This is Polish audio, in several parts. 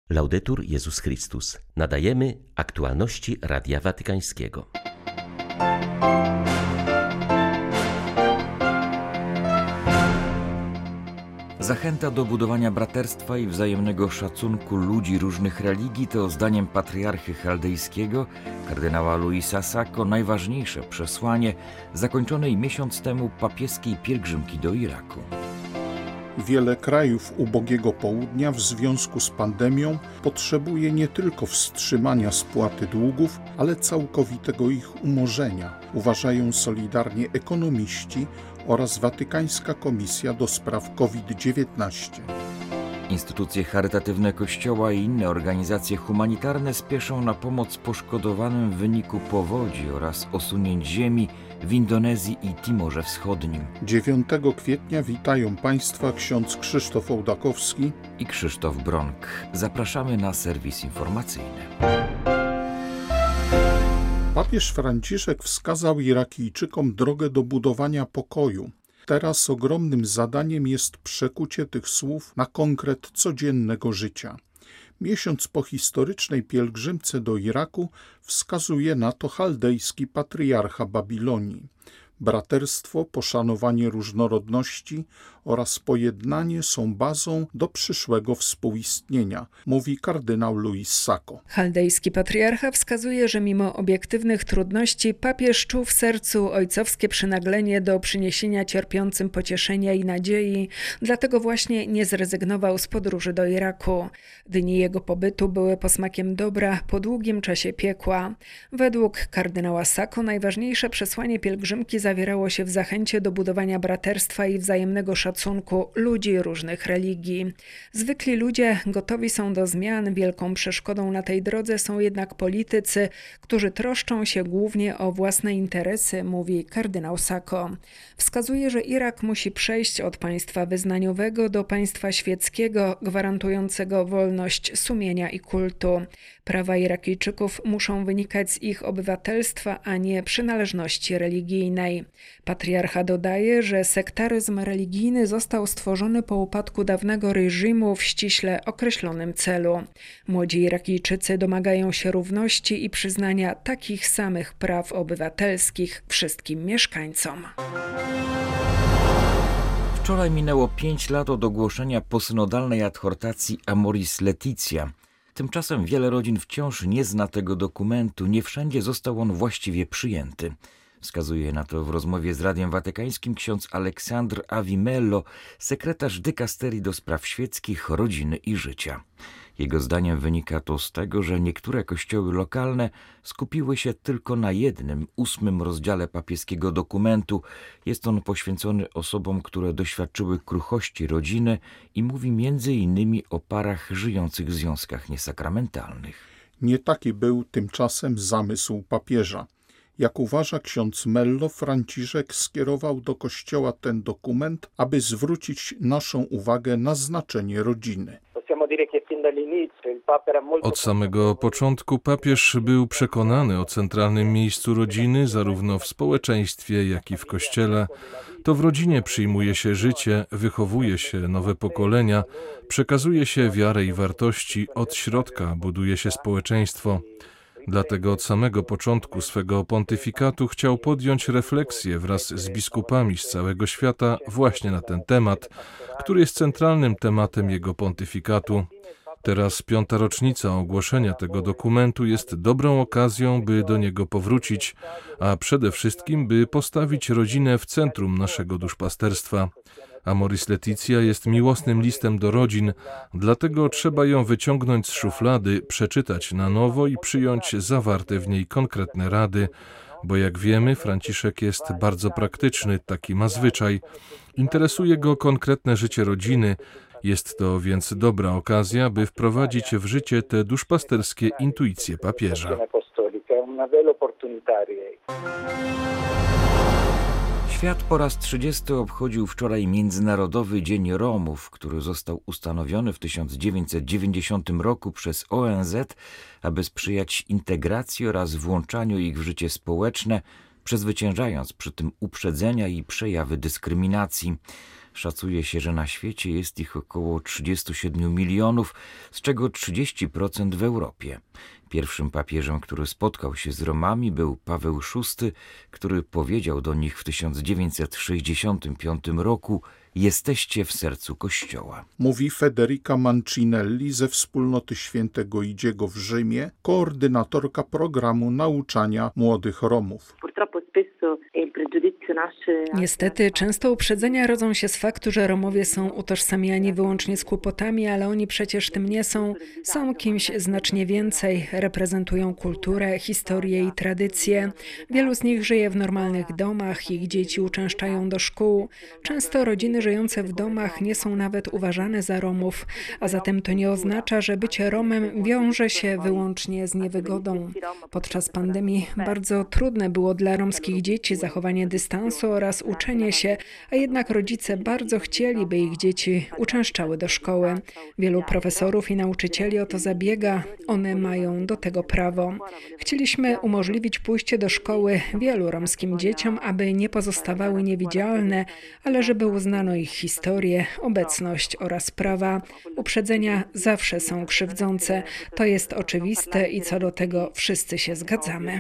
Laudetur Jezus Chrystus. Nadajemy aktualności Radia Watykańskiego. Zachęta do budowania braterstwa i wzajemnego szacunku ludzi różnych religii to zdaniem patriarchy chaldejskiego, kardynała Luisa Sacco, najważniejsze przesłanie zakończonej miesiąc temu papieskiej pielgrzymki do Iraku. Wiele krajów ubogiego południa w związku z pandemią potrzebuje nie tylko wstrzymania spłaty długów, ale całkowitego ich umorzenia, uważają solidarnie ekonomiści oraz Watykańska Komisja do spraw COVID-19. Instytucje charytatywne Kościoła i inne organizacje humanitarne spieszą na pomoc poszkodowanym w wyniku powodzi oraz osunięć ziemi w Indonezji i Timorze Wschodnim. 9 kwietnia witają Państwa ksiądz Krzysztof Ołdakowski i Krzysztof Bronk. Zapraszamy na serwis informacyjny. Papież Franciszek wskazał Irakijczykom drogę do budowania pokoju. Teraz ogromnym zadaniem jest przekucie tych słów na konkret codziennego życia. Miesiąc po historycznej pielgrzymce do Iraku wskazuje na to chaldejski patriarcha Babilonii. Braterstwo, poszanowanie różnorodności oraz pojednanie są bazą do przyszłego współistnienia, mówi kardynał Luis Sacco. Chaldejski patriarcha wskazuje, że mimo obiektywnych trudności papież czuł w sercu ojcowskie przynaglenie do przyniesienia cierpiącym pocieszenia i nadziei, dlatego właśnie nie zrezygnował z podróży do Iraku. Dni jego pobytu były posmakiem dobra po długim czasie piekła. Według kardynała Sacco najważniejsze przesłanie pielgrzymki zawierało się w zachęcie do budowania braterstwa i wzajemnego szacunku ludzi różnych religii. Zwykli ludzie gotowi są do zmian, wielką przeszkodą na tej drodze są jednak politycy, którzy troszczą się głównie o własne interesy, mówi kardynał Sacco. Wskazuje, że Irak musi przejść od państwa wyznaniowego do państwa świeckiego, gwarantującego wolność sumienia i kultu. Prawa Irakijczyków muszą wynikać z ich obywatelstwa, a nie przynależności religijnej. Patriarcha dodaje, że sektaryzm religijny został stworzony po upadku dawnego reżimu w ściśle określonym celu. Młodzi Irakijczycy domagają się równości i przyznania takich samych praw obywatelskich wszystkim mieszkańcom. Wczoraj minęło 5 lat od ogłoszenia posynodalnej adhortacji Amoris Laetitia. Tymczasem wiele rodzin wciąż nie zna tego dokumentu, nie wszędzie został on właściwie przyjęty. Wskazuje na to w rozmowie z Radiem Watykańskim ksiądz Aleksandr Avimello, sekretarz dykasterii do spraw świeckich, rodziny i życia. Jego zdaniem wynika to z tego, że niektóre kościoły lokalne skupiły się tylko na jednym, 8 rozdziale papieskiego dokumentu. Jest on poświęcony osobom, które doświadczyły kruchości rodziny i mówi m.in. o parach żyjących w związkach niesakramentalnych. Nie taki był tymczasem zamysł papieża. Jak uważa ksiądz Mello, Franciszek skierował do Kościoła ten dokument, aby zwrócić naszą uwagę na znaczenie rodziny. Od samego początku papież był przekonany o centralnym miejscu rodziny, zarówno w społeczeństwie, jak i w Kościele. To w rodzinie przyjmuje się życie, wychowuje się nowe pokolenia, przekazuje się wiarę i wartości, od środka buduje się społeczeństwo. Dlatego od samego początku swego pontyfikatu chciał podjąć refleksję wraz z biskupami z całego świata właśnie na ten temat, który jest centralnym tematem jego pontyfikatu. Teraz 5. rocznica ogłoszenia tego dokumentu jest dobrą okazją, by do niego powrócić, a przede wszystkim, by postawić rodzinę w centrum naszego duszpasterstwa. Amoris Laetitia jest miłosnym listem do rodzin, dlatego trzeba ją wyciągnąć z szuflady, przeczytać na nowo i przyjąć zawarte w niej konkretne rady, bo jak wiemy, Franciszek jest bardzo praktyczny, taki ma zwyczaj. Interesuje go konkretne życie rodziny. Jest to więc dobra okazja, by wprowadzić w życie te duszpasterskie intuicje papieża. Świat po raz 30 obchodził wczoraj Międzynarodowy Dzień Romów, który został ustanowiony w 1990 roku przez ONZ, aby sprzyjać integracji oraz włączaniu ich w życie społeczne, przezwyciężając przy tym uprzedzenia i przejawy dyskryminacji. Szacuje się, że na świecie jest ich około 37 milionów, z czego 30% w Europie. Pierwszym papieżem, który spotkał się z Romami, był Paweł VI, który powiedział do nich w 1965 roku: jesteście w sercu Kościoła. Mówi Federica Mancinelli ze Wspólnoty Świętego Idziego w Rzymie, koordynatorka programu nauczania młodych Romów. Niestety, często uprzedzenia rodzą się z faktu, że Romowie są utożsamiani wyłącznie z kłopotami, ale oni przecież tym nie są. Są kimś znacznie więcej, reprezentują kulturę, historię i tradycje. Wielu z nich żyje w normalnych domach, ich dzieci uczęszczają do szkół. Często rodziny żyjące w domach nie są nawet uważane za Romów, a zatem to nie oznacza, że bycie Romem wiąże się wyłącznie z niewygodą. Podczas pandemii bardzo trudne było dla romskich dzieci zachowanie dystansu oraz uczenie się, a jednak rodzice bardzo chcieli, by ich dzieci uczęszczały do szkoły. Wielu profesorów i nauczycieli o to zabiega, one mają do tego prawo. Chcieliśmy umożliwić pójście do szkoły wielu romskim dzieciom, aby nie pozostawały niewidzialne, ale żeby uznano ich historię, obecność oraz prawa. Uprzedzenia zawsze są krzywdzące. To jest oczywiste i co do tego wszyscy się zgadzamy.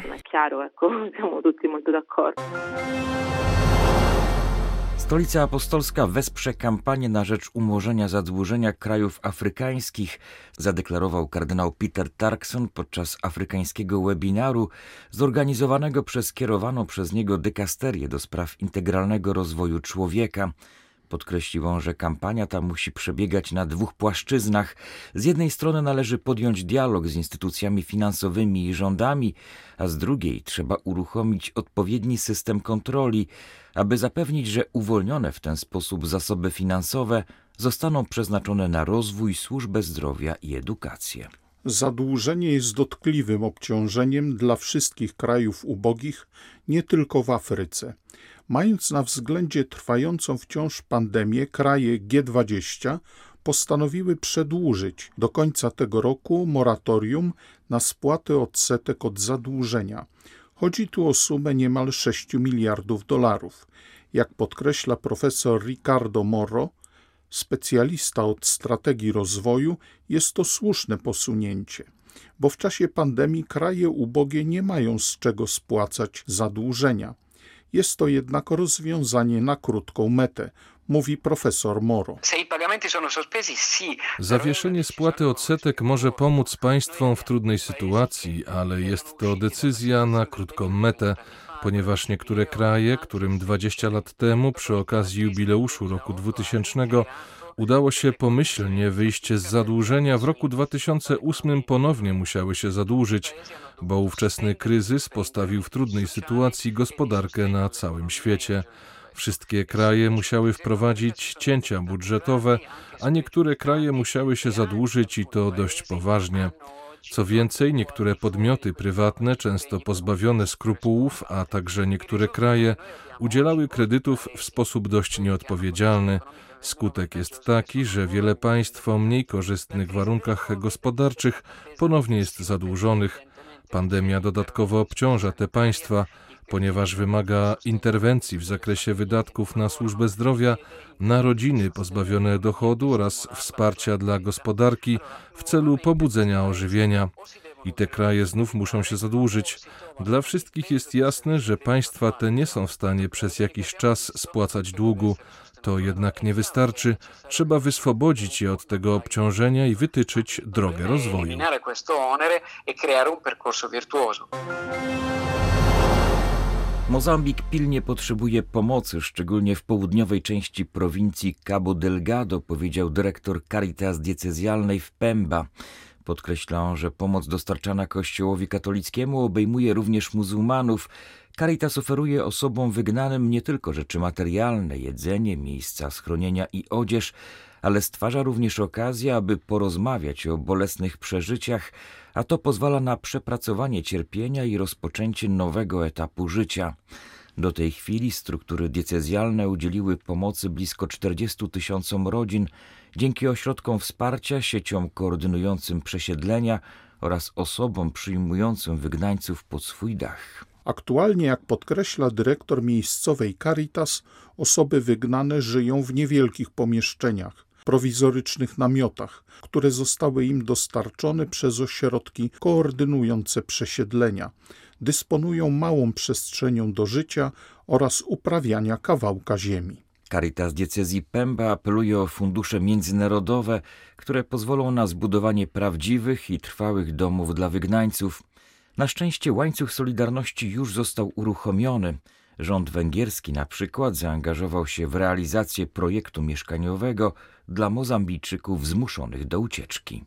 Stolica Apostolska wesprze kampanię na rzecz umorzenia zadłużenia krajów afrykańskich, zadeklarował kardynał Peter Turkson podczas afrykańskiego webinaru zorganizowanego przez kierowaną przez niego dykasterię do spraw integralnego rozwoju człowieka. Podkreślił on, że kampania ta musi przebiegać na dwóch płaszczyznach. Z jednej strony należy podjąć dialog z instytucjami finansowymi i rządami, a z drugiej trzeba uruchomić odpowiedni system kontroli, aby zapewnić, że uwolnione w ten sposób zasoby finansowe zostaną przeznaczone na rozwój, służbę zdrowia i edukację. Zadłużenie jest dotkliwym obciążeniem dla wszystkich krajów ubogich, nie tylko w Afryce. Mając na względzie trwającą wciąż pandemię, kraje G20 postanowiły przedłużyć do końca tego roku moratorium na spłatę odsetek od zadłużenia. Chodzi tu o sumę niemal $6 miliardów. Jak podkreśla profesor Ricardo Morro, specjalista od strategii rozwoju, jest to słuszne posunięcie, bo w czasie pandemii kraje ubogie nie mają z czego spłacać zadłużenia. Jest to jednak rozwiązanie na krótką metę, mówi profesor Moro. Zawieszenie spłaty odsetek może pomóc państwom w trudnej sytuacji, ale jest to decyzja na krótką metę, ponieważ niektóre kraje, którym 20 lat temu przy okazji jubileuszu roku 2000 udało się pomyślnie wyjść z zadłużenia, w roku 2008 ponownie musiały się zadłużyć, bo ówczesny kryzys postawił w trudnej sytuacji gospodarkę na całym świecie. Wszystkie kraje musiały wprowadzić cięcia budżetowe, a niektóre kraje musiały się zadłużyć i to dość poważnie. Co więcej, niektóre podmioty prywatne, często pozbawione skrupułów, a także niektóre kraje udzielały kredytów w sposób dość nieodpowiedzialny. Skutek jest taki, że wiele państw o mniej korzystnych warunkach gospodarczych ponownie jest zadłużonych. Pandemia dodatkowo obciąża te państwa, ponieważ wymaga interwencji w zakresie wydatków na służbę zdrowia, na rodziny pozbawione dochodu oraz wsparcia dla gospodarki w celu pobudzenia ożywienia. I te kraje znów muszą się zadłużyć. Dla wszystkich jest jasne, że państwa te nie są w stanie przez jakiś czas spłacać długu. To jednak nie wystarczy. Trzeba wyswobodzić je od tego obciążenia i wytyczyć drogę rozwoju. Mozambik pilnie potrzebuje pomocy, szczególnie w południowej części prowincji Cabo Delgado, powiedział dyrektor Caritas diecezjalnej w Pemba. Podkreśla on, że pomoc dostarczana Kościołowi katolickiemu obejmuje również muzułmanów. Caritas oferuje osobom wygnanym nie tylko rzeczy materialne, jedzenie, miejsca schronienia i odzież, ale stwarza również okazję, aby porozmawiać o bolesnych przeżyciach, a to pozwala na przepracowanie cierpienia i rozpoczęcie nowego etapu życia. Do tej chwili struktury diecezjalne udzieliły pomocy blisko 40 000 rodzin dzięki ośrodkom wsparcia, sieciom koordynującym przesiedlenia oraz osobom przyjmującym wygnańców pod swój dach. Aktualnie, jak podkreśla dyrektor miejscowej Caritas, osoby wygnane żyją w niewielkich pomieszczeniach, prowizorycznych namiotach, które zostały im dostarczone przez ośrodki koordynujące przesiedlenia. Dysponują małą przestrzenią do życia oraz uprawiania kawałka ziemi. Caritas diecezji Pemba apeluje o fundusze międzynarodowe, które pozwolą na zbudowanie prawdziwych i trwałych domów dla wygnańców. Na szczęście łańcuch solidarności już został uruchomiony. Rząd węgierski na przykład zaangażował się w realizację projektu mieszkaniowego dla Mozambijczyków zmuszonych do ucieczki.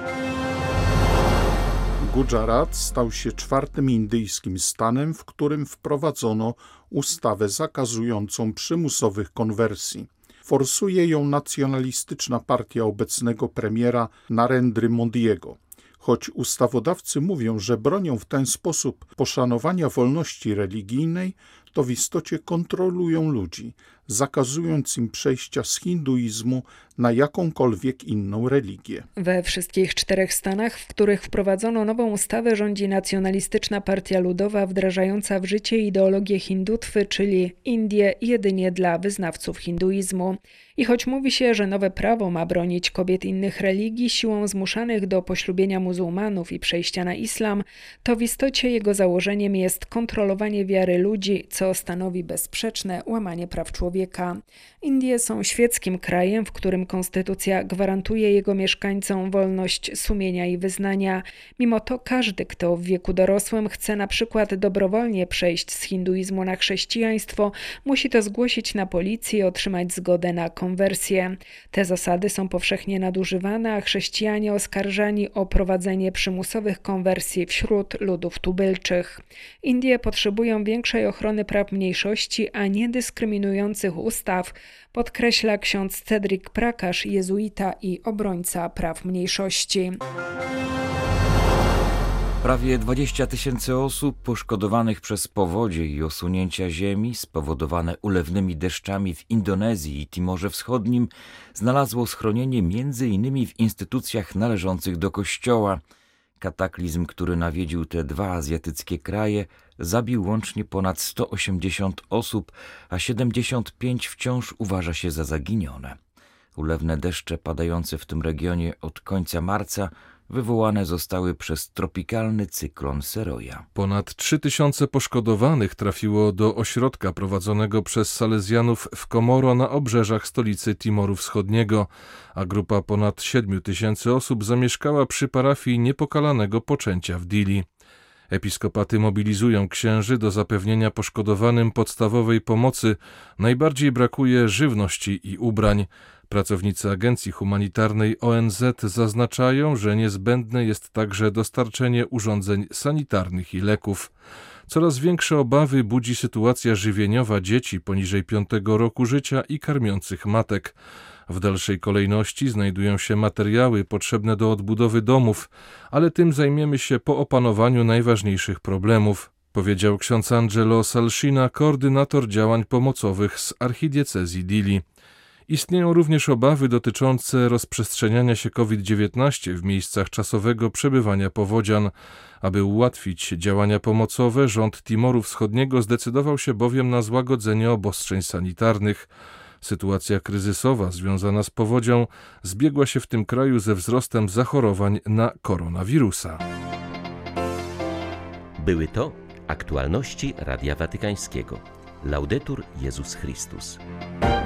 Gujarat stał się czwartym indyjskim stanem, w którym wprowadzono ustawę zakazującą przymusowych konwersji. Forsuje ją nacjonalistyczna partia obecnego premiera Narendry Modiego. Choć ustawodawcy mówią, że bronią w ten sposób poszanowania wolności religijnej, to w istocie kontrolują ludzi, zakazując im przejścia z hinduizmu na jakąkolwiek inną religię. We wszystkich 4 stanach, w których wprowadzono nową ustawę, rządzi nacjonalistyczna partia ludowa wdrażająca w życie ideologię hindutwy, czyli Indię jedynie dla wyznawców hinduizmu. I choć mówi się, że nowe prawo ma bronić kobiet innych religii siłą zmuszanych do poślubienia muzułmanów i przejścia na islam, to w istocie jego założeniem jest kontrolowanie wiary ludzi, co stanowi bezsprzeczne łamanie praw człowieka. Indie są świeckim krajem, w którym konstytucja gwarantuje jego mieszkańcom wolność sumienia i wyznania. Mimo to każdy, kto w wieku dorosłym chce na przykład dobrowolnie przejść z hinduizmu na chrześcijaństwo, musi to zgłosić na policję i otrzymać zgodę na konwersję. Te zasady są powszechnie nadużywane, a chrześcijanie oskarżani o prowadzenie przymusowych konwersji wśród ludów tubylczych. Indie potrzebują większej ochrony praw mniejszości, a nie dyskryminujących ustaw, podkreśla ksiądz Cedric Prakash, jezuita i obrońca praw mniejszości. Prawie 20 000 osób poszkodowanych przez powodzie i osunięcia ziemi spowodowane ulewnymi deszczami w Indonezji i Timorze Wschodnim znalazło schronienie m.in. w instytucjach należących do Kościoła. Kataklizm, który nawiedził te 2 azjatyckie kraje, zabił łącznie ponad 180 osób, a 75 wciąż uważa się za zaginione. Ulewne deszcze padające w tym regionie od końca marca wywołane zostały przez tropikalny cyklon Seroja. Ponad 3000 poszkodowanych trafiło do ośrodka prowadzonego przez Salezjanów w Komoro na obrzeżach stolicy Timoru Wschodniego, a grupa ponad 7000 osób zamieszkała przy parafii Niepokalanego Poczęcia w Dili. Episkopaty mobilizują księży do zapewnienia poszkodowanym podstawowej pomocy. Najbardziej brakuje żywności i ubrań. Pracownicy agencji humanitarnej ONZ zaznaczają, że niezbędne jest także dostarczenie urządzeń sanitarnych i leków. Coraz większe obawy budzi sytuacja żywieniowa dzieci poniżej 5 roku życia i karmiących matek. W dalszej kolejności znajdują się materiały potrzebne do odbudowy domów, ale tym zajmiemy się po opanowaniu najważniejszych problemów, powiedział ksiądz Angelo Salsina, koordynator działań pomocowych z archidiecezji Dili. Istnieją również obawy dotyczące rozprzestrzeniania się COVID-19 w miejscach czasowego przebywania powodzian. Aby ułatwić działania pomocowe, rząd Timoru Wschodniego zdecydował się bowiem na złagodzenie obostrzeń sanitarnych. Sytuacja kryzysowa związana z powodzią zbiegła się w tym kraju ze wzrostem zachorowań na koronawirusa. Były to aktualności Radia Watykańskiego. Laudetur Jezus Chrystus.